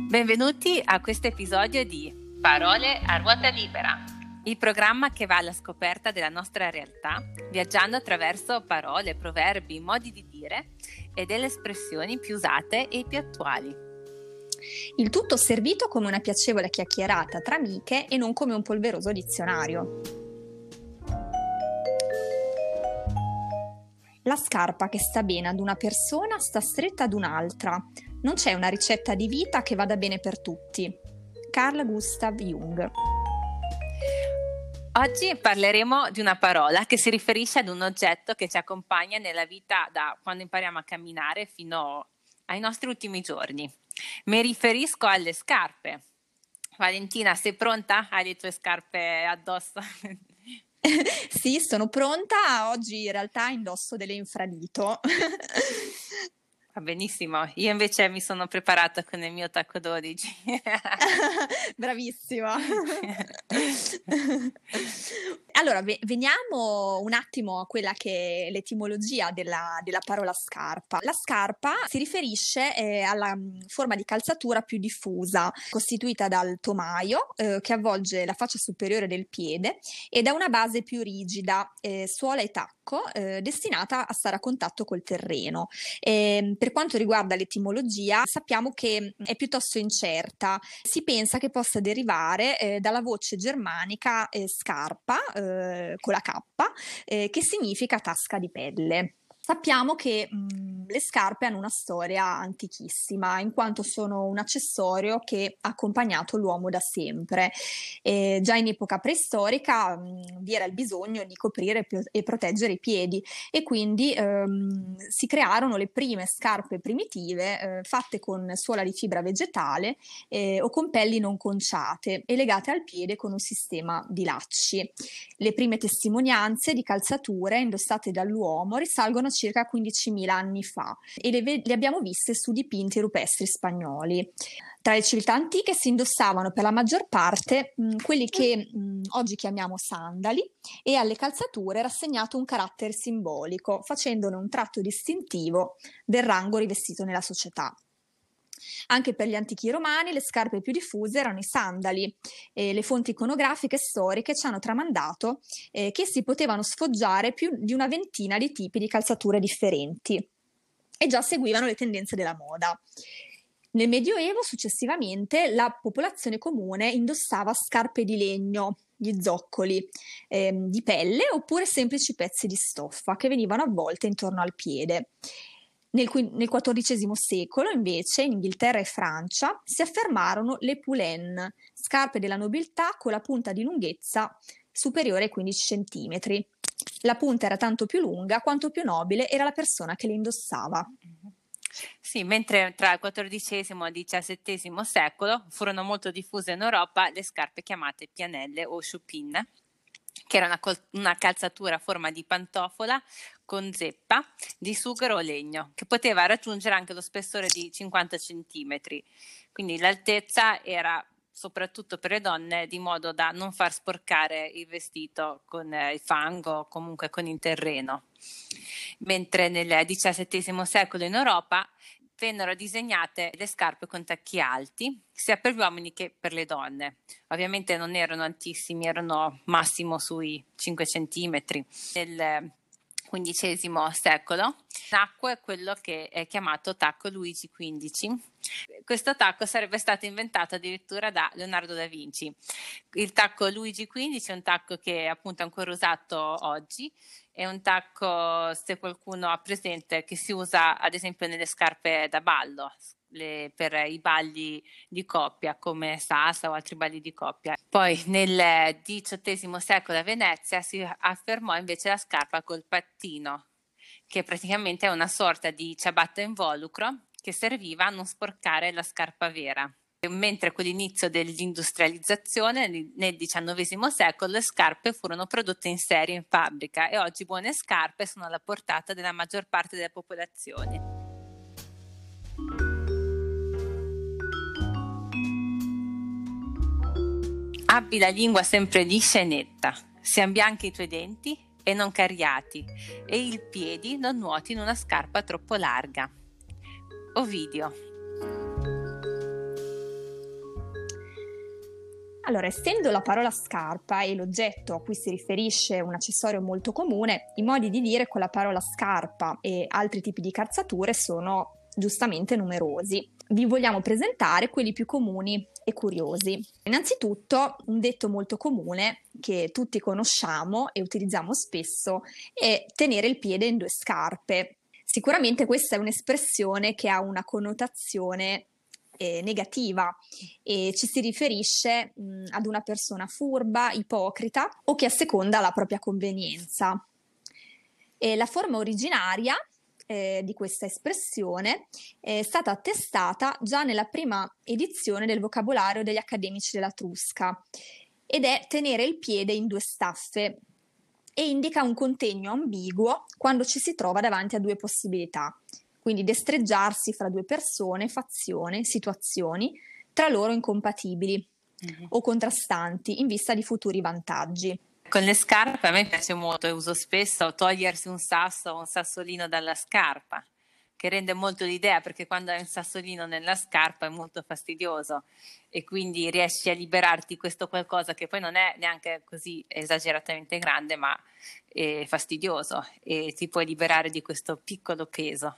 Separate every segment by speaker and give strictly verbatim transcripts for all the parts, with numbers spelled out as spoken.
Speaker 1: Benvenuti a questo episodio di Parole a ruota libera, il programma che va alla scoperta della nostra realtà, viaggiando attraverso parole, proverbi, modi di dire e delle espressioni più usate e più attuali.
Speaker 2: Il tutto servito come una piacevole chiacchierata tra amiche e non come un polveroso dizionario. La scarpa che sta bene ad una persona sta stretta ad un'altra. Non c'è una ricetta di vita che vada bene per tutti. Carl Gustav Jung.
Speaker 1: Oggi parleremo di una parola che si riferisce ad un oggetto che ci accompagna nella vita da quando impariamo a camminare fino ai nostri ultimi giorni. Mi riferisco alle scarpe. Valentina, sei pronta? Hai le tue scarpe addosso?
Speaker 2: Sì, sono pronta. Oggi in realtà indosso delle infradito.
Speaker 1: Va benissimo, io invece mi sono preparata con il mio tacco dodici.
Speaker 2: Bravissima. Allora, ve- veniamo un attimo a quella che è l'etimologia della, della parola scarpa. La scarpa si riferisce eh, alla mh, forma di calzatura più diffusa, costituita dal tomaio eh, che avvolge la faccia superiore del piede e da una base più rigida, eh, suola e tacco, eh, destinata a stare a contatto col terreno. E, per quanto riguarda l'etimologia, sappiamo che è piuttosto incerta. Si pensa che possa derivare eh, dalla voce germanica eh, scarpa, eh, con la K, eh, che significa tasca di pelle. Sappiamo che mh, le scarpe hanno una storia antichissima, in quanto sono un accessorio che ha accompagnato l'uomo da sempre. E già in epoca preistorica mh, vi era il bisogno di coprire e, e proteggere i piedi e quindi ehm, si crearono le prime scarpe primitive eh, fatte con suola di fibra vegetale eh, o con pelli non conciate e legate al piede con un sistema di lacci. Le prime testimonianze di calzature indossate dall'uomo risalgono a circa quindicimila anni fa e le, ve- le abbiamo viste su dipinti rupestri spagnoli. Tra le civiltà antiche si indossavano per la maggior parte mh, quelli che mh, oggi chiamiamo sandali e alle calzature era assegnato un carattere simbolico, facendone un tratto distintivo del rango rivestito nella società. Anche per gli antichi romani le scarpe più diffuse erano i sandali e le fonti iconografiche e storiche ci hanno tramandato eh, che si potevano sfoggiare più di una ventina di tipi di calzature differenti e già seguivano le tendenze della moda. Nel Medioevo, successivamente, la popolazione comune indossava scarpe di legno, gli zoccoli, ehm, di pelle oppure semplici pezzi di stoffa che venivano avvolte intorno al piede. Nel, nel quattordicesimo secolo, invece, in Inghilterra e Francia si affermarono le poulaines, scarpe della nobiltà con la punta di lunghezza superiore ai quindici centimetri. La punta era tanto più lunga quanto più nobile era la persona che le indossava.
Speaker 1: Sì, mentre tra il quattordicesimo e il diciassettesimo secolo furono molto diffuse in Europa le scarpe chiamate pianelle o chupin, che era una, col- una calzatura a forma di pantofola con zeppa di sughero o legno, che poteva raggiungere anche lo spessore di cinquanta centimetri. Quindi l'altezza era soprattutto per le donne, di modo da non far sporcare il vestito con eh, il fango o comunque con il terreno. Mentre nel diciassettesimo secolo in Europa vennero disegnate le scarpe con tacchi alti, sia per gli uomini che per le donne. Ovviamente non erano altissimi, erano massimo sui cinque centimetri. Nel quindicesimo secolo nacque quello che è chiamato tacco Luigi quindici. Questo tacco sarebbe stato inventato addirittura da Leonardo da Vinci. Il tacco Luigi quindici è un tacco che è appunto ancora usato oggi. È un tacco, se qualcuno ha presente, che si usa ad esempio nelle scarpe da ballo, le, per i balli di coppia come salsa o altri balli di coppia. Poi nel diciottesimo secolo a Venezia si affermò invece la scarpa col pattino, che praticamente è una sorta di ciabatta involucro che serviva a non sporcare la scarpa vera. Mentre con l'inizio dell'industrializzazione nel diciannovesimo secolo le scarpe furono prodotte in serie in fabbrica e oggi buone scarpe sono alla portata della maggior parte della popolazione. Abbi la lingua sempre liscia e netta, siano bianchi i tuoi denti e non cariati, e i piedi non nuoti in una scarpa troppo larga. Ovidio.
Speaker 2: Allora, essendo la parola scarpa e l'oggetto a cui si riferisce un accessorio molto comune, i modi di dire con la parola scarpa e altri tipi di calzature sono giustamente numerosi. Vi vogliamo presentare quelli più comuni e curiosi. Innanzitutto, un detto molto comune che tutti conosciamo e utilizziamo spesso è tenere il piede in due scarpe. Sicuramente questa è un'espressione che ha una connotazione eh, negativa e ci si riferisce mh, ad una persona furba, ipocrita o che asseconda la propria convenienza. E la forma originaria eh, di questa espressione è stata attestata già nella prima edizione del vocabolario degli accademici della Trusca ed è tenere il piede in due staffe e indica un contegno ambiguo quando ci si trova davanti a due possibilità. Quindi destreggiarsi fra due persone, fazioni, situazioni tra loro incompatibili mm-hmm. o contrastanti in vista di futuri vantaggi.
Speaker 1: Con le scarpe a me piace molto e uso spesso togliersi un sasso o un sassolino dalla scarpa, che rende molto l'idea, perché quando hai un sassolino nella scarpa è molto fastidioso e quindi riesci a liberarti questo qualcosa che poi non è neanche così esageratamente grande, ma è fastidioso, e ti puoi liberare di questo piccolo peso.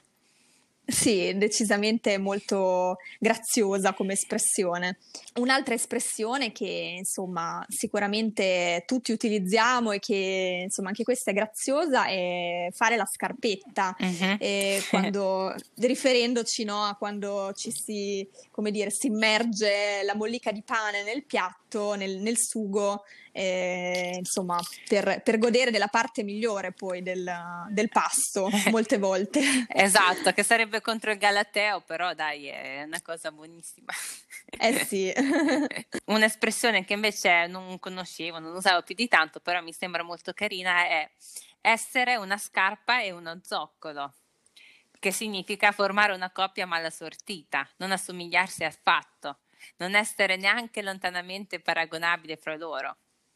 Speaker 2: Sì, decisamente molto graziosa come espressione. Un'altra espressione che insomma sicuramente tutti utilizziamo e che insomma anche questa è graziosa è fare la scarpetta, uh-huh. eh, quando, riferendoci no, a quando ci si, come dire, si immerge la mollica di pane nel piatto, nel, nel sugo, eh, insomma per, per godere della parte migliore poi del, del pasto molte volte.
Speaker 1: Esatto, che sarebbe contro il galateo, però dai, è una cosa buonissima.
Speaker 2: Eh sì.
Speaker 1: Un'espressione che invece non conoscevo, non usavo più di tanto, però mi sembra molto carina, è essere una scarpa e uno zoccolo, che significa formare una coppia malasortita, non assomigliarsi affatto, non essere neanche lontanamente paragonabile fra loro.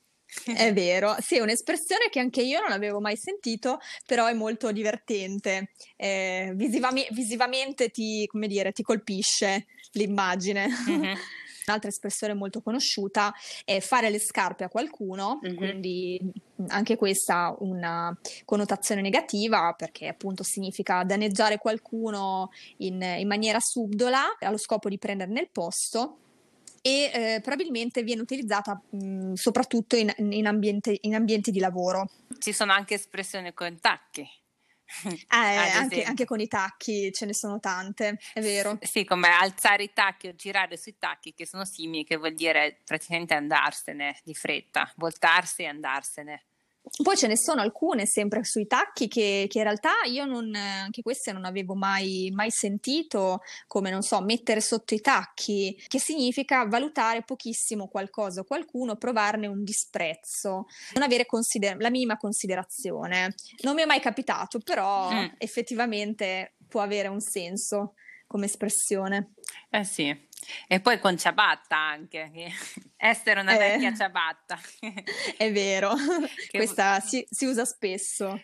Speaker 2: È vero, sì, è un'espressione che anche io non avevo mai sentito, però è molto divertente. Eh, visivami- visivamente ti, come dire, ti colpisce l'immagine. Mm-hmm. Un'altra espressione molto conosciuta è fare le scarpe a qualcuno, mm-hmm. quindi anche questa ha una connotazione negativa perché appunto significa danneggiare qualcuno in, in maniera subdola allo scopo di prenderne il posto. E eh, probabilmente viene utilizzata mh, soprattutto in, in, ambiente, in ambienti di lavoro.
Speaker 1: Ci sono anche espressioni con tacchi.
Speaker 2: Eh, anche, anche con i tacchi ce ne sono tante, è vero.
Speaker 1: Sì, come alzare i tacchi o girare sui tacchi, che sono simili, che vuol dire praticamente andarsene di fretta, voltarsi e andarsene.
Speaker 2: Poi ce ne sono alcune sempre sui tacchi che, che in realtà io non, anche queste non avevo mai, mai sentito, come non so, mettere sotto i tacchi, che significa valutare pochissimo qualcosa o qualcuno, provarne un disprezzo, non avere consider- la minima considerazione. Non mi è mai capitato, però mm. effettivamente può avere un senso come espressione.
Speaker 1: Eh sì. E poi con ciabatta anche, essere una
Speaker 2: eh,
Speaker 1: vecchia ciabatta.
Speaker 2: È vero, che questa si, si usa spesso.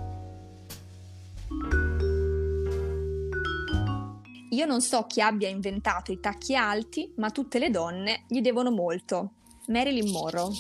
Speaker 2: Io non so chi abbia inventato i tacchi alti, ma tutte le donne gli devono molto. Marilyn Monroe.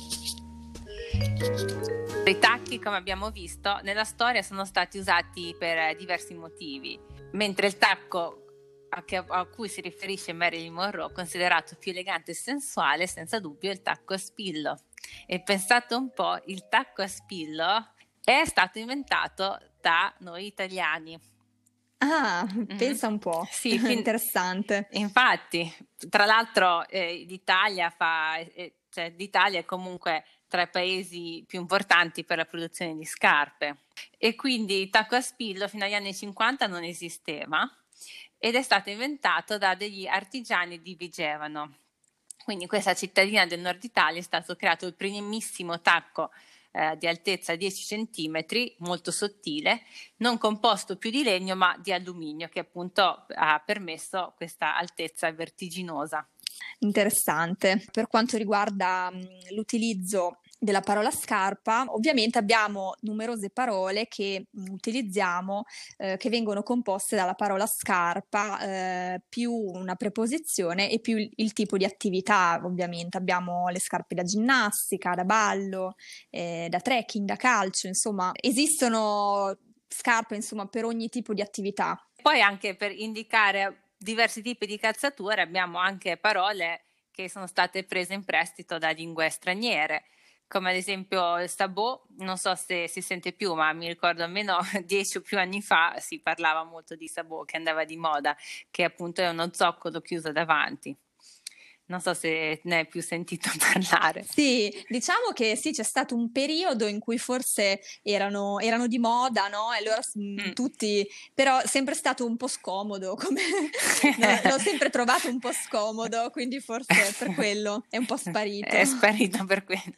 Speaker 1: I tacchi, come abbiamo visto, nella storia sono stati usati per diversi motivi, mentre il tacco A, che, a cui si riferisce Marilyn Monroe, considerato più elegante e sensuale, senza dubbio il tacco a spillo. E pensate un po', il tacco a spillo è stato inventato da noi italiani.
Speaker 2: Ah, mm-hmm. Pensa un po', sì, fin- interessante.
Speaker 1: Infatti, tra l'altro eh, l'Italia fa, eh, cioè, l'Italia è comunque tra i paesi più importanti per la produzione di scarpe, e quindi il tacco a spillo fino agli anni cinquanta non esisteva ed è stato inventato da degli artigiani di Vigevano. Quindi in questa cittadina del nord Italia è stato creato il primissimo tacco eh, di altezza dieci centimetri, molto sottile, non composto più di legno ma di alluminio, che appunto ha permesso questa altezza vertiginosa.
Speaker 2: Interessante. Per quanto riguarda mh, l'utilizzo della parola scarpa, ovviamente abbiamo numerose parole che mh, utilizziamo, eh, che vengono composte dalla parola scarpa, eh, più una preposizione e più il, il tipo di attività. Ovviamente abbiamo le scarpe da ginnastica, da ballo, eh, da trekking, da calcio, insomma, esistono scarpe, insomma, per ogni tipo di attività.
Speaker 1: Poi anche per indicare diversi tipi di calzature abbiamo anche parole che sono state prese in prestito da lingue straniere, come ad esempio il sabot. Non so se si sente più, ma mi ricordo almeno dieci o più anni fa si parlava molto di sabot, che andava di moda, che appunto è uno zoccolo chiuso davanti. Non so se ne hai più sentito parlare.
Speaker 2: Sì, diciamo che sì, c'è stato un periodo in cui forse erano, erano di moda, no? E allora mh,
Speaker 1: Mm.
Speaker 2: tutti, però è sempre stato un po' scomodo, come no, l'ho sempre trovato un po' scomodo, quindi forse per quello è un po' sparito.
Speaker 1: È sparito per quello.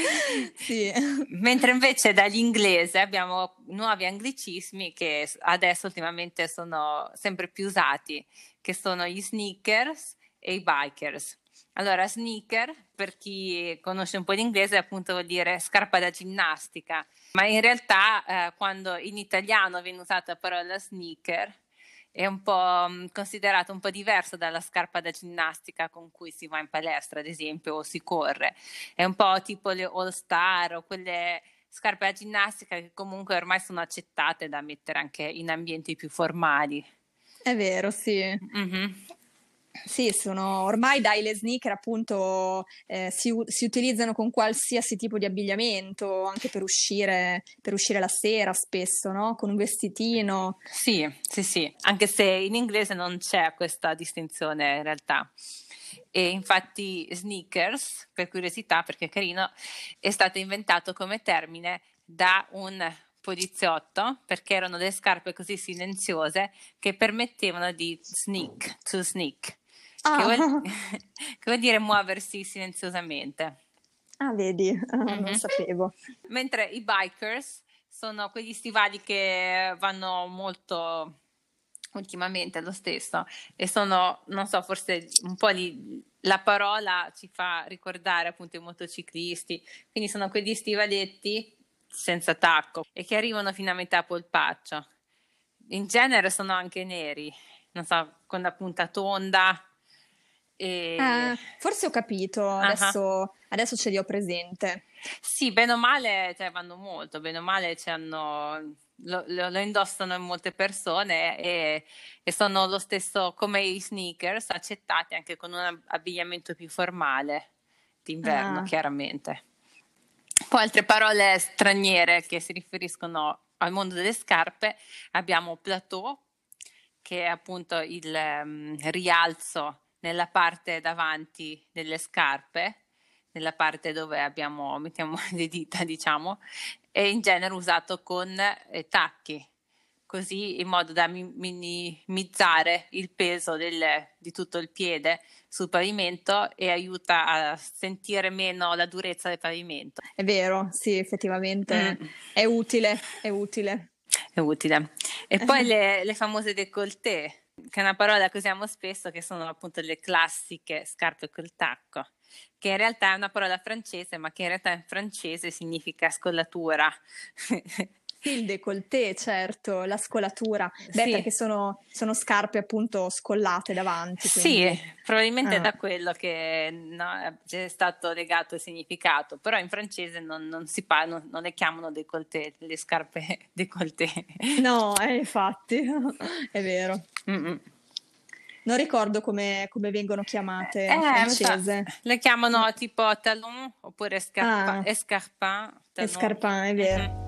Speaker 2: Sì.
Speaker 1: Mentre invece dall'inglese abbiamo nuovi anglicismi che adesso ultimamente sono sempre più usati, che sono gli sneakers e i bikers. Allora, sneaker, per chi conosce un po' l'inglese, appunto vuol dire scarpa da ginnastica, ma in realtà eh, quando in italiano viene usata la parola sneaker è un po' mh, considerato un po' diverso dalla scarpa da ginnastica con cui si va in palestra, ad esempio, o si corre. È un po' tipo le All Star o quelle scarpe da ginnastica che comunque ormai sono accettate da mettere anche in ambienti più formali.
Speaker 2: È vero, sì.
Speaker 1: Mm-hmm.
Speaker 2: Sì, sono ormai dai le sneaker appunto eh, si, u- si utilizzano con qualsiasi tipo di abbigliamento, anche per uscire, per uscire la sera spesso, no? Con un vestitino.
Speaker 1: Sì, sì, sì, anche se in inglese non c'è questa distinzione in realtà. E infatti sneakers, per curiosità, perché è carino, è stato inventato come termine da un poliziotto, perché erano delle scarpe così silenziose che permettevano di sneak, to sneak,
Speaker 2: Ah,
Speaker 1: che vuol, che vuol dire muoversi silenziosamente.
Speaker 2: ah, vedi, ah, non
Speaker 1: Mhm.
Speaker 2: sapevo.
Speaker 1: Mentre i bikers sono quegli stivali che vanno molto ultimamente lo stesso e sono, non so, forse un po' li, la parola ci fa ricordare appunto i motociclisti, quindi sono quegli stivaletti senza tacco e che arrivano fino a metà polpaccio. In genere sono anche neri, non so, con la punta tonda. E...
Speaker 2: Ah, forse ho capito,
Speaker 1: Uh-huh.
Speaker 2: adesso, adesso ce li ho presente.
Speaker 1: Sì, bene o male, cioè, vanno molto, bene o male c'hanno, lo, lo, lo indossano in molte persone e, e sono lo stesso come i sneakers, accettati anche con un abbigliamento più formale d'inverno,
Speaker 2: Ah.
Speaker 1: chiaramente. Poi altre parole straniere che si riferiscono al mondo delle scarpe, abbiamo plateau, che è appunto il um, rialzo nella parte davanti delle scarpe, nella parte dove abbiamo, mettiamo le dita, diciamo, è in genere usato con eh, tacchi, così in modo da mi- minimizzare il peso del, di tutto il piede sul pavimento e aiuta a sentire meno la durezza del pavimento.
Speaker 2: È vero, sì, effettivamente
Speaker 1: Mm.
Speaker 2: è utile, è utile.
Speaker 1: È utile. E poi le, le famose décolleté, che è una parola che usiamo spesso, che sono appunto le classiche scarpe col tacco, che in realtà è una parola francese, ma che in realtà in francese significa scollatura.
Speaker 2: Sì, il décolleté, certo, la scolatura. Beh,
Speaker 1: Sì.
Speaker 2: perché sono, sono scarpe appunto scollate davanti. Quindi...
Speaker 1: Sì, probabilmente
Speaker 2: ah.
Speaker 1: è da quello che no, è stato legato il significato, però in francese non, non si parla, non, non le chiamano décolleté, le scarpe décolleté.
Speaker 2: No, eh, infatti, è vero.
Speaker 1: Mm-mm.
Speaker 2: Non ricordo come, come vengono chiamate
Speaker 1: Eh,
Speaker 2: in francese.
Speaker 1: so, le chiamano no. tipo talon oppure scarpa,
Speaker 2: Ah,
Speaker 1: escarpin. Talon.
Speaker 2: escarpin, è vero.
Speaker 1: Mm-hmm.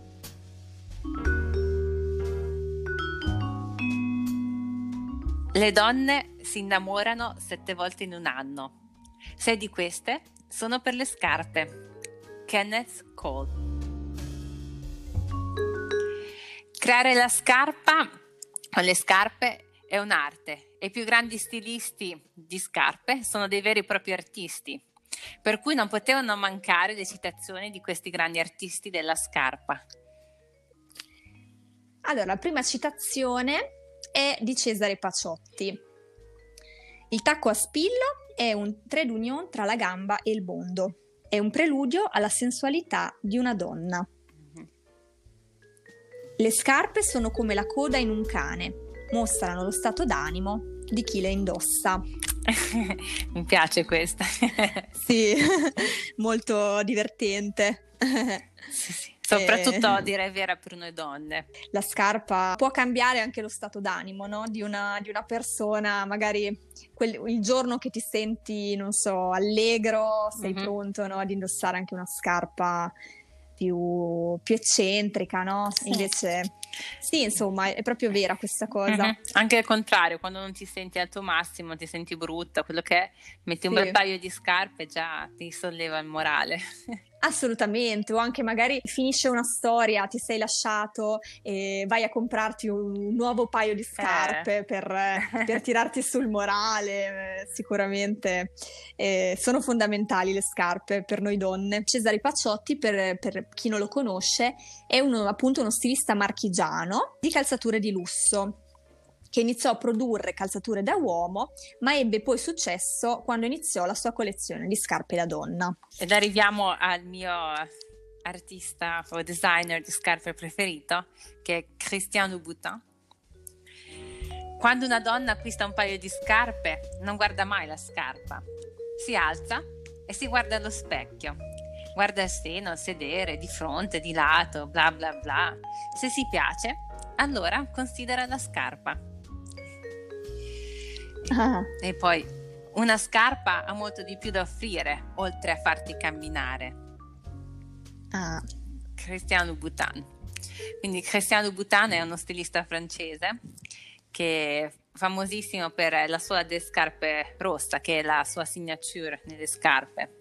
Speaker 1: Le donne si innamorano sette volte in un anno. Sei di queste sono per le scarpe. Kenneth Cole. Creare la scarpa con le scarpe è un'arte e i più grandi stilisti di scarpe sono dei veri e propri artisti, per cui non potevano mancare le citazioni di questi grandi artisti della scarpa.
Speaker 2: Allora, la prima citazione è di Cesare Paciotti. Il tacco a spillo è un trait d'union tra la gamba e il bondo. è un preludio alla sensualità di una donna.
Speaker 1: Mhm.
Speaker 2: Le scarpe sono come la coda in un cane, mostrano lo stato d'animo di chi le indossa.
Speaker 1: Mi piace questa.
Speaker 2: Sì, molto divertente.
Speaker 1: Sì, sì. Soprattutto
Speaker 2: Eh,
Speaker 1: direi vera per noi donne.
Speaker 2: la scarpa può cambiare anche lo stato d'animo, no? Di una, di una persona, magari quel- il giorno che ti senti, non so, allegro, sei
Speaker 1: Mhm.
Speaker 2: pronto, no? Ad indossare anche una scarpa più, più eccentrica, no?
Speaker 1: Sì.
Speaker 2: Invece, sì, insomma, è proprio vera questa cosa.
Speaker 1: Mhm. Anche il contrario, quando non ti senti al tuo massimo, ti senti brutta, quello che è, metti un bel
Speaker 2: Sì.
Speaker 1: paio di scarpe, già ti solleva il morale.
Speaker 2: Assolutamente, o anche magari finisce una storia, ti sei lasciato e vai a comprarti un nuovo paio di
Speaker 1: Eh.
Speaker 2: scarpe per, per tirarti sul morale. Eh, Sicuramente eh, sono fondamentali le scarpe per noi donne. Cesare Pacciotti, per, per chi non lo conosce, è uno, appunto uno stilista marchigiano di calzature di lusso, che iniziò a produrre calzature da uomo, ma ebbe poi successo quando iniziò la sua collezione di scarpe da donna.
Speaker 1: Ed arriviamo al mio artista o designer di scarpe preferito, che è Christian Louboutin. Quando una donna acquista un paio di scarpe, non guarda mai la scarpa. Si alza e si guarda allo specchio. Guarda il seno, il sedere, di fronte, di lato, bla bla bla. Se si piace, allora considera la scarpa.
Speaker 2: Ah.
Speaker 1: E poi una scarpa ha molto di più da offrire, oltre a farti camminare.
Speaker 2: Ah.
Speaker 1: Christian Louboutin. Quindi Christian Louboutin è uno stilista francese che è famosissimo per la suola delle scarpe rossa, che è la sua signature nelle scarpe.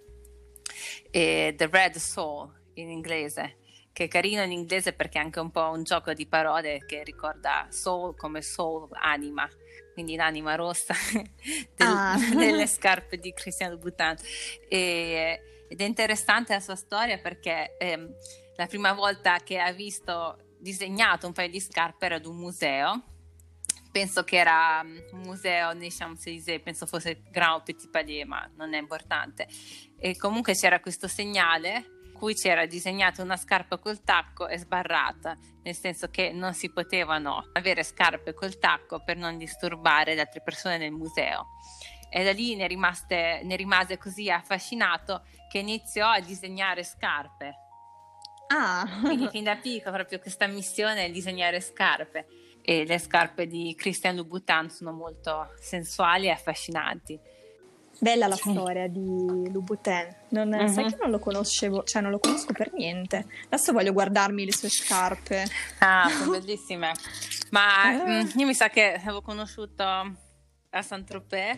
Speaker 1: E The Red Soul in inglese, che è carino in inglese perché è anche un po' un gioco di parole che ricorda soul come soul, anima, quindi l'anima rossa del,
Speaker 2: Ah.
Speaker 1: delle scarpe di Christian Louboutin. E, ed è interessante la sua storia perché ehm, la prima volta che ha visto disegnato un paio di scarpe era ad un museo. Penso che era un museo nei Champs-Élysées, penso fosse Grand Petit Palais, ma non è importante. E comunque c'era questo segnale in cui c'era disegnata una scarpa col tacco e sbarrata, nel senso che non si potevano avere scarpe col tacco per non disturbare le altre persone nel museo. E da lì ne, rimaste, ne rimase così affascinato che iniziò a disegnare scarpe.
Speaker 2: Ah.
Speaker 1: Quindi fin da piccolo proprio questa missione è disegnare scarpe. E le scarpe di Christian Louboutin sono molto sensuali e affascinanti.
Speaker 2: Bella la storia di Louboutin. Non,
Speaker 1: Mhm.
Speaker 2: Sai che non lo conoscevo, cioè non lo conosco per niente. Adesso voglio guardarmi le sue scarpe.
Speaker 1: Ah, sono bellissime. Ma
Speaker 2: Eh.
Speaker 1: mm, io mi sa che avevo conosciuto a Saint-Tropez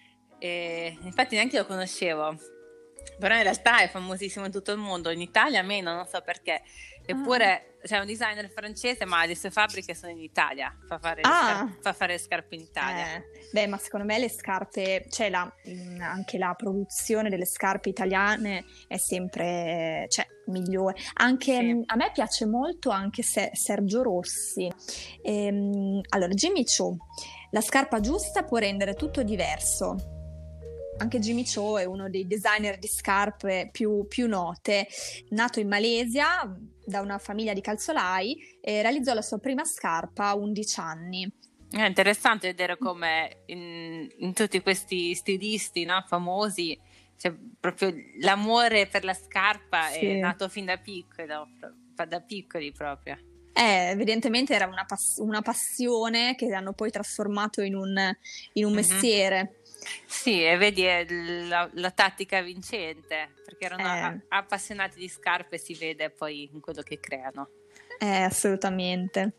Speaker 1: e infatti neanche lo conoscevo. Però in realtà è famosissimo in tutto il mondo, in Italia meno, non so perché. Eppure c'è un designer francese, ma le sue fabbriche sono in Italia, fa fare le,
Speaker 2: Ah.
Speaker 1: scarpe, fa fare le scarpe in Italia.
Speaker 2: Eh, beh, ma secondo me le scarpe, cioè la, mh, anche la produzione delle scarpe italiane è sempre, cioè, migliore. Anche
Speaker 1: Sì.
Speaker 2: mh, a me piace molto anche se, Sergio Rossi. Ehm, allora, Jimmy Choo, la scarpa giusta può rendere tutto diverso. Anche Jimmy Choo è uno dei designer di scarpe più, più note. Nato in Malesia da una famiglia di calzolai, e realizzò la sua prima scarpa a undici anni.
Speaker 1: È interessante vedere come in, in tutti questi stilisti, no, famosi, cioè proprio l'amore per la scarpa
Speaker 2: Sì.
Speaker 1: è nato fin da piccolo, da piccoli proprio.
Speaker 2: Eh, evidentemente era una, pass- una passione che hanno poi trasformato in un, in un
Speaker 1: Mhm.
Speaker 2: mestiere.
Speaker 1: Sì, e vedi è la, la tattica vincente, perché erano
Speaker 2: Eh.
Speaker 1: a- appassionati di scarpe, si vede poi in quello che creano.
Speaker 2: Eh, assolutamente.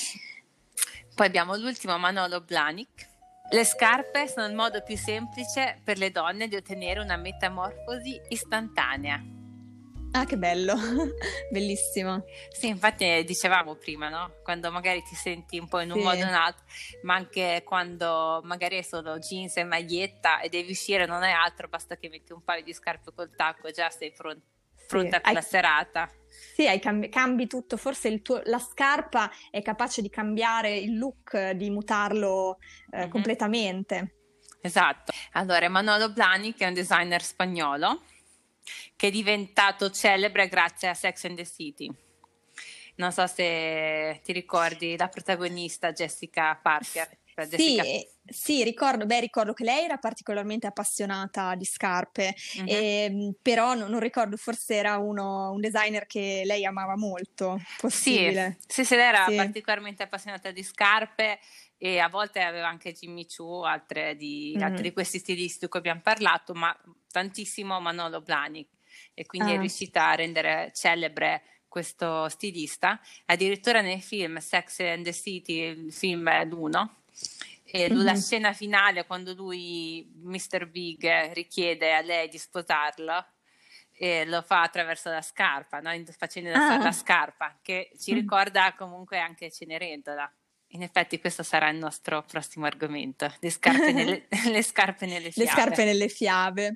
Speaker 1: Poi abbiamo l'ultimo, Manolo Blahnik. Le scarpe sono il modo più semplice per le donne di ottenere una metamorfosi istantanea.
Speaker 2: Ah, che bello, bellissimo.
Speaker 1: Sì, infatti dicevamo prima, no? Quando magari ti senti un po' in un
Speaker 2: Sì.
Speaker 1: modo o in un altro, ma anche quando magari è solo jeans e maglietta e devi uscire, non hai altro, basta che metti un paio di scarpe col tacco e già sei pron- pronta per
Speaker 2: hai-
Speaker 1: la serata.
Speaker 2: Sì, hai cambi, cambi tutto, forse il tuo, la scarpa è capace di cambiare il look, di mutarlo eh,
Speaker 1: Mhm.
Speaker 2: completamente.
Speaker 1: Esatto. Allora, Manolo Blahnik è un designer spagnolo che è diventato celebre grazie a Sex and the City. Non so se ti ricordi la protagonista Jessica Parker. Cioè
Speaker 2: Sì,
Speaker 1: Jessica...
Speaker 2: eh, sì, ricordo, beh, ricordo che lei era particolarmente appassionata di scarpe,
Speaker 1: Mhm.
Speaker 2: ehm, però non, non ricordo, forse era uno, un designer che lei amava molto,
Speaker 1: Sì,
Speaker 2: possibile.
Speaker 1: sì, sì, lei era
Speaker 2: Sì.
Speaker 1: particolarmente appassionata di scarpe e a volte aveva anche Jimmy Choo, altre di, altri
Speaker 2: Mm.
Speaker 1: di questi stilisti di cui abbiamo parlato, ma tantissimo Manolo Blahnik, e quindi è
Speaker 2: Ah.
Speaker 1: riuscita a rendere celebre questo stilista, addirittura nei film Sex and the City, il film è l'uno, e lui, la
Speaker 2: Mhm.
Speaker 1: scena finale quando lui, mister Big, richiede a lei di sposarlo, e lo fa attraverso la scarpa, no? Facendo indossare
Speaker 2: Ah.
Speaker 1: la scarpa, che ci
Speaker 2: Mm.
Speaker 1: ricorda comunque anche Cenerentola. In effetti questo sarà il nostro prossimo argomento, le scarpe nelle, le scarpe nelle
Speaker 2: Le
Speaker 1: fiabe.
Speaker 2: scarpe nelle fiabe.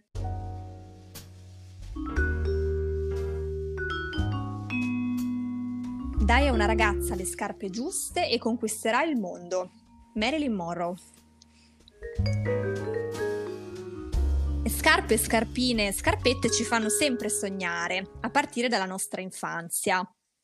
Speaker 2: Dai a una ragazza le scarpe giuste e conquisterà il mondo. Marilyn Monroe. Scarpe, scarpine, scarpette ci fanno sempre sognare, a partire dalla nostra infanzia.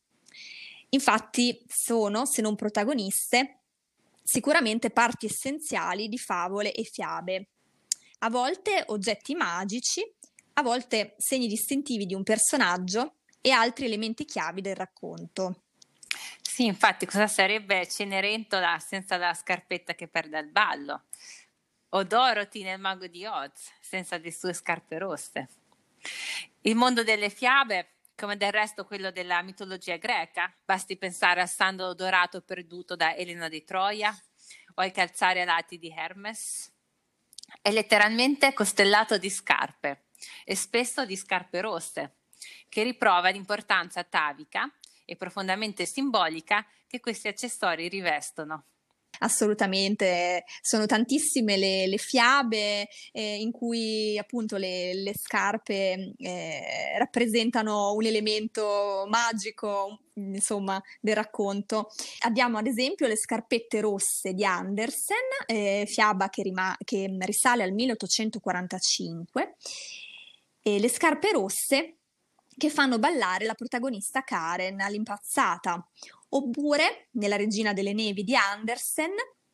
Speaker 2: Infatti sono, se non protagoniste, sicuramente parti essenziali di favole e fiabe. A volte oggetti magici, a volte segni distintivi di un personaggio e altri elementi chiavi del racconto.
Speaker 1: Sì, infatti cosa sarebbe Cenerentola senza la scarpetta che perde al ballo? O Dorothy nel Mago di Oz senza le sue scarpe rosse? Il mondo delle fiabe, come del resto quello della mitologia greca, basti pensare al sandalo dorato perduto da Elena di Troia o ai calzari alati di Hermes, è letteralmente costellato di scarpe e spesso di scarpe rosse, che riprova l'importanza atavica e profondamente simbolica che questi accessori rivestono.
Speaker 2: Assolutamente, sono tantissime le, le fiabe eh, in cui appunto le, le scarpe eh, rappresentano un elemento magico, insomma, del racconto. Abbiamo ad esempio le scarpette rosse di Andersen, eh, fiaba che, rima- che risale al milleottocentoquarantacinque, e le scarpe rosse che fanno ballare la protagonista Karen all'impazzata. Oppure, nella Regina delle Nevi di Andersen,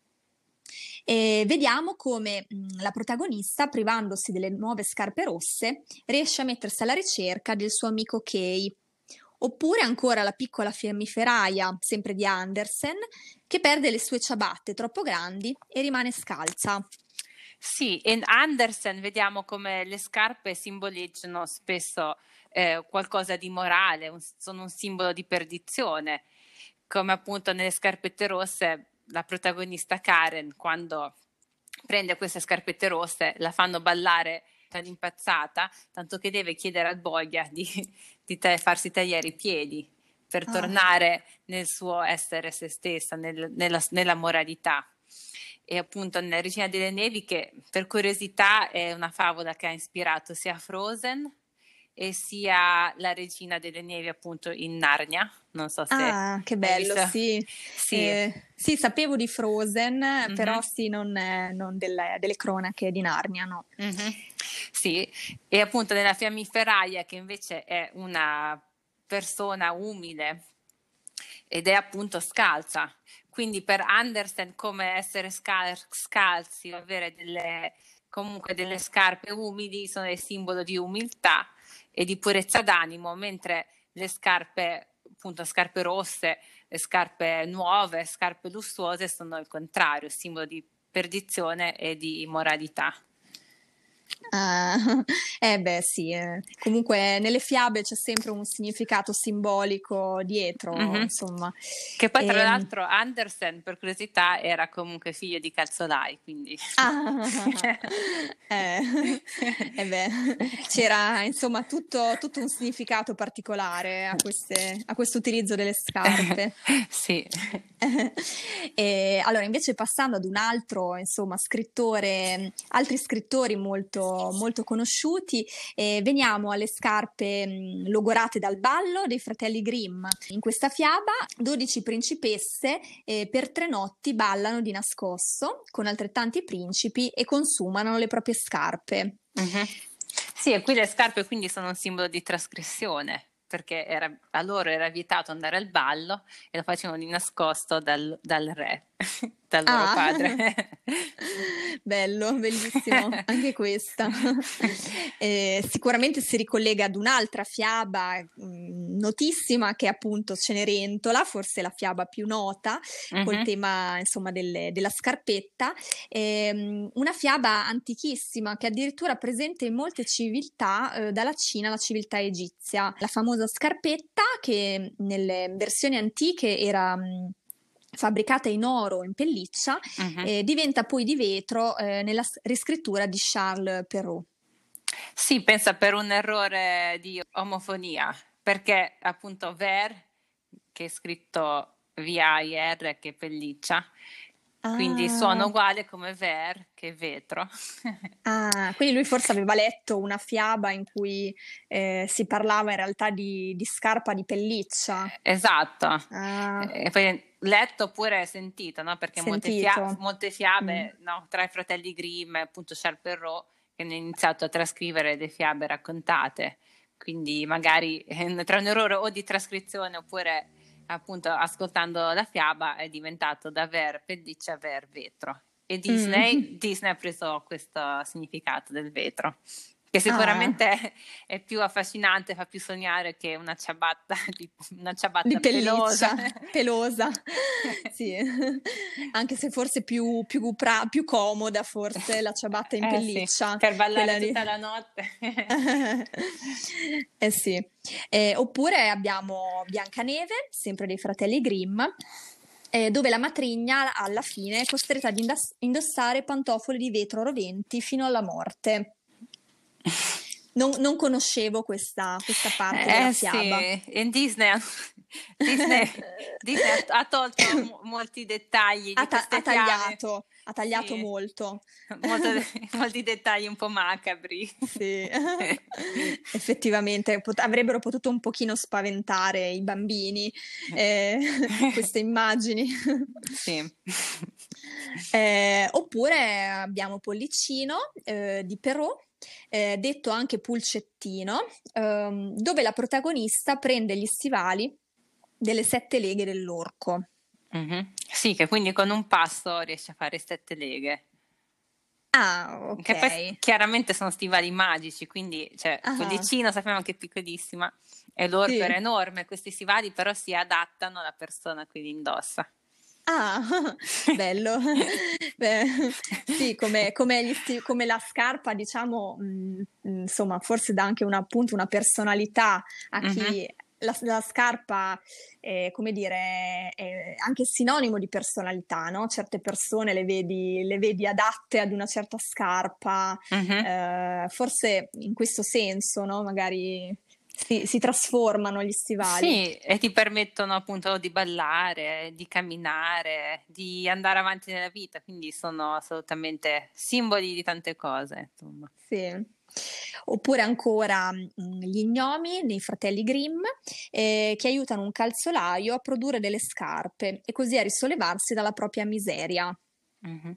Speaker 2: eh, vediamo come mh, la protagonista, privandosi delle nuove scarpe rosse, riesce a mettersi alla ricerca del suo amico Kay. Oppure ancora la piccola fiammiferaia, sempre di Andersen, che perde le sue ciabatte troppo grandi e rimane scalza.
Speaker 1: Sì, in Andersen vediamo come le scarpe simboleggiano spesso eh, qualcosa di morale, un, sono un simbolo di perdizione, come appunto nelle scarpette rosse la protagonista Karen, quando prende queste scarpette rosse, la fanno ballare all'impazzata, tanto che deve chiedere al boia di, di ta- farsi tagliare i piedi per
Speaker 2: Ah.
Speaker 1: tornare nel suo essere se stessa, nel- nella, nella moralità. E appunto nella Regina delle Nevi, che per curiosità è una favola che ha ispirato sia Frozen e sia la Regina delle Nevi appunto in Narnia. Non so se
Speaker 2: Ah, che
Speaker 1: hai
Speaker 2: bello,
Speaker 1: visto.
Speaker 2: sì.
Speaker 1: Sì.
Speaker 2: Eh, sì, sapevo di Frozen,
Speaker 1: Mhm.
Speaker 2: però sì, non, eh, non delle, delle cronache di Narnia, no.
Speaker 1: Mhm. Sì, e appunto nella fiammiferaia, che invece è una persona umile ed è appunto scalza. Quindi per Andersen come essere scal- scalzi, avere delle, comunque delle scarpe umili, sono il simbolo di umiltà e di purezza d'animo, mentre le scarpe, appunto scarpe rosse, le scarpe nuove, scarpe lussuose sono il contrario, il simbolo di perdizione e di immoralità.
Speaker 2: Ah, eh beh sì, eh. Comunque nelle fiabe c'è sempre un significato simbolico dietro,
Speaker 1: Mm-hmm.
Speaker 2: insomma.
Speaker 1: Che poi tra
Speaker 2: Ehm,
Speaker 1: l'altro Andersen, per curiosità, era comunque figlio di calzolai, quindi...
Speaker 2: Ah, eh, eh beh, c'era insomma tutto, tutto un significato particolare a queste, a questo utilizzo delle scarpe.
Speaker 1: Sì.
Speaker 2: E, allora, invece passando ad un altro, insomma, scrittore, altri scrittori molto, molto conosciuti, eh, veniamo alle scarpe mh, logorate dal ballo dei fratelli Grimm. In questa fiaba, dodici principesse eh, per tre notti ballano di nascosto con altrettanti principi e consumano le proprie scarpe.
Speaker 1: Mm-hmm. Sì, e qui le scarpe quindi sono un simbolo di trasgressione, perché era, a loro era vietato andare al ballo e lo facevano di nascosto dal, dal re, dal loro
Speaker 2: Ah,
Speaker 1: padre.
Speaker 2: bello, bellissimo, anche questa. Eh, sicuramente si ricollega ad un'altra fiaba mh, notissima che è appunto Cenerentola, forse la fiaba più nota, col
Speaker 1: Mhm,
Speaker 2: tema insomma delle- della scarpetta. Ehm, una fiaba antichissima che addirittura è presente in molte civiltà, eh, dalla Cina alla civiltà egizia. La famosa scarpetta che nelle versioni antiche era mh, fabbricata in oro in pelliccia,
Speaker 1: mhm.
Speaker 2: eh, diventa poi di vetro eh, nella s- riscrittura di Charles Perrault.
Speaker 1: Sì, pensa per un errore di omofonia, perché appunto ver, che è scritto V I R, che è pelliccia, quindi suona
Speaker 2: Ah,
Speaker 1: uguale come ver, che è vetro.
Speaker 2: ah, quindi lui forse aveva letto una fiaba in cui eh, si parlava in realtà di, di scarpa di pelliccia.
Speaker 1: Esatto.
Speaker 2: Ah,
Speaker 1: E poi letto oppure sentito, no? Perché molte, fia-
Speaker 2: sentito.
Speaker 1: molte
Speaker 2: Mm.
Speaker 1: fiabe, no? Tra i fratelli Grimm e appunto Charles Perrault, che hanno iniziato a trascrivere le fiabe raccontate. Quindi magari eh, tra un errore o di trascrizione oppure appunto ascoltando la fiaba è diventato da ver pelliccia a ver vetro. E
Speaker 2: Mm.
Speaker 1: Disney, Disney ha preso questo significato del vetro, che
Speaker 2: Ah,
Speaker 1: sicuramente è più affascinante, fa più sognare che una ciabatta, di- una
Speaker 2: di
Speaker 1: ciabatta pelosa.
Speaker 2: pelliccia, pelosa, sì, anche se forse più, più, pra- più comoda forse la ciabatta in
Speaker 1: Eh sì,
Speaker 2: pelliccia,
Speaker 1: per ballare
Speaker 2: quella lì.
Speaker 1: tutta la notte.
Speaker 2: Eh sì. Eh, oppure abbiamo Biancaneve, sempre dei fratelli Grimm, eh, dove la matrigna alla fine è costretta ad indas- indossare pantofole di vetro roventi fino alla morte. Non, non conoscevo questa, questa parte della
Speaker 1: Eh
Speaker 2: fiaba.
Speaker 1: sì, in Disney, Disney, Disney ha, ha tolto mo- molti dettagli
Speaker 2: Ha,
Speaker 1: di
Speaker 2: ta- ha
Speaker 1: queste fiabe.
Speaker 2: tagliato, ha tagliato
Speaker 1: Sì,
Speaker 2: molto.
Speaker 1: molto de- molti dettagli un po' macabri.
Speaker 2: Sì, effettivamente pot- avrebbero potuto un pochino spaventare i bambini, eh, queste immagini.
Speaker 1: Sì.
Speaker 2: Eh, oppure abbiamo Pollicino eh, di Perrault, eh, detto anche Pulcettino, ehm, dove la protagonista prende gli stivali delle sette leghe dell'orco.
Speaker 1: Mhm. Sì, che quindi con un passo riesce a fare sette leghe.
Speaker 2: Ah, ok.
Speaker 1: Che poi s- chiaramente sono stivali magici, quindi cioè,
Speaker 2: Ah,
Speaker 1: Pollicino sappiamo che è piccolissima e l'orco era
Speaker 2: sì.
Speaker 1: enorme, questi stivali però si adattano alla persona che li indossa.
Speaker 2: Ah, bello. Beh, sì, come, come gli sti- come la scarpa, diciamo, mh, mh, insomma, forse dà anche una, appunto una personalità a
Speaker 1: Mhm.
Speaker 2: chi la, la scarpa, è, come dire, è anche sinonimo di personalità, no? Certe persone le vedi, le vedi adatte ad una certa scarpa,
Speaker 1: Mhm.
Speaker 2: eh, forse in questo senso, no? Magari si, si trasformano gli stivali.
Speaker 1: Sì, e ti permettono appunto di ballare, di camminare, di andare avanti nella vita, quindi sono assolutamente simboli di tante cose, insomma.
Speaker 2: Sì. Oppure ancora mh, gli gnomi nei fratelli Grimm, eh, che aiutano un calzolaio a produrre delle scarpe e così a risollevarsi dalla propria miseria.
Speaker 1: Mhm.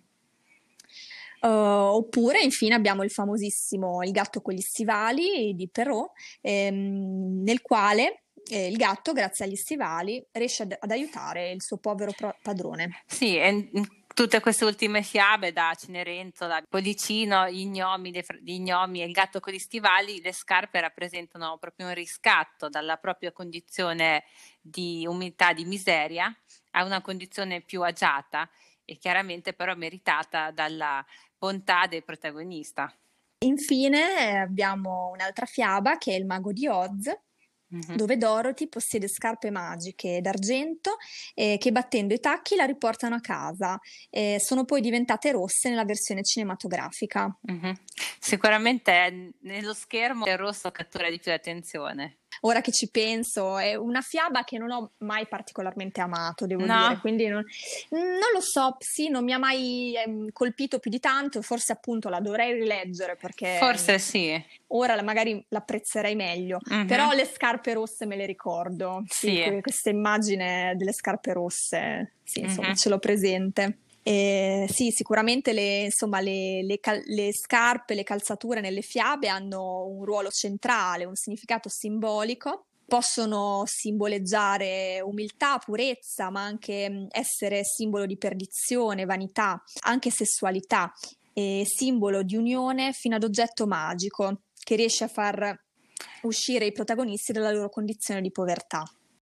Speaker 2: Uh, oppure infine abbiamo il famosissimo Il gatto con gli stivali di Perrault, ehm, nel quale eh, il gatto, grazie agli stivali, riesce ad, ad aiutare il suo povero pro- padrone.
Speaker 1: Sì, e in tutte queste ultime fiabe, da Cenerentola, Pollicino, gli gnomi, dei fra- gli gnomi e il gatto con gli stivali, le scarpe rappresentano proprio un riscatto dalla propria condizione di umiltà, di miseria, a una condizione più agiata e chiaramente però meritata dalla bontà del protagonista.
Speaker 2: Infine eh, abbiamo un'altra fiaba che è Il mago di Oz,
Speaker 1: Mhm.
Speaker 2: dove Dorothy possiede scarpe magiche d'argento eh, che battendo i tacchi la riportano a casa. Eh, sono poi diventate rosse nella versione cinematografica.
Speaker 1: Mhm. Sicuramente eh, nello schermo il rosso cattura di più l'attenzione.
Speaker 2: Ora che ci penso, è una fiaba che non ho mai particolarmente amato, devo dire,
Speaker 1: No?
Speaker 2: quindi non, non lo so, sì, non mi ha mai ehm, colpito più di tanto, forse appunto la dovrei rileggere perché
Speaker 1: Forse
Speaker 2: mh,
Speaker 1: sì.
Speaker 2: ora la- magari l'apprezzerei meglio,
Speaker 1: Mhm.
Speaker 2: però le scarpe rosse me le ricordo, sì,
Speaker 1: Sì.
Speaker 2: que- questa immagine delle scarpe rosse, sì, insomma,
Speaker 1: Mhm.
Speaker 2: ce l'ho presente. Eh, sì, sicuramente le, insomma, le, le cal- le scarpe, le calzature nelle fiabe hanno un ruolo centrale, un significato simbolico. Possono simboleggiare umiltà, purezza, ma anche mh, essere simbolo di perdizione, vanità, anche sessualità, e simbolo di unione fino ad oggetto magico che riesce a far uscire i protagonisti dalla loro condizione di povertà.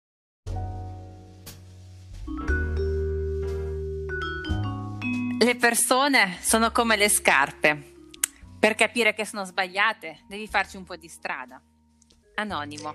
Speaker 1: Le persone sono come le scarpe. Per capire che sono sbagliate, devi farci un po' di strada. Anonimo.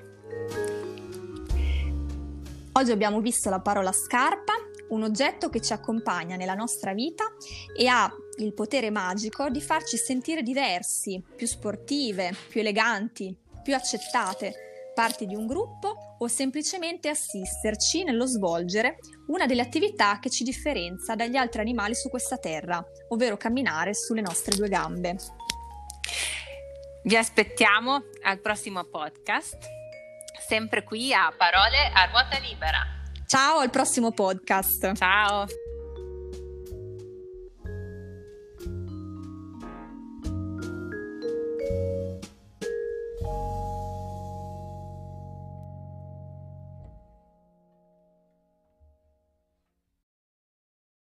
Speaker 2: Oggi abbiamo visto la parola scarpa, un oggetto che ci accompagna nella nostra vita e ha il potere magico di farci sentire diversi, più sportive, più eleganti, più accettate, parti di un gruppo o semplicemente assisterci nello svolgere una delle attività che ci differenzia dagli altri animali su questa terra, ovvero camminare sulle nostre due gambe.
Speaker 1: Vi aspettiamo al prossimo podcast, sempre qui a Parole a ruota libera.
Speaker 2: Ciao, al prossimo podcast.
Speaker 1: Ciao.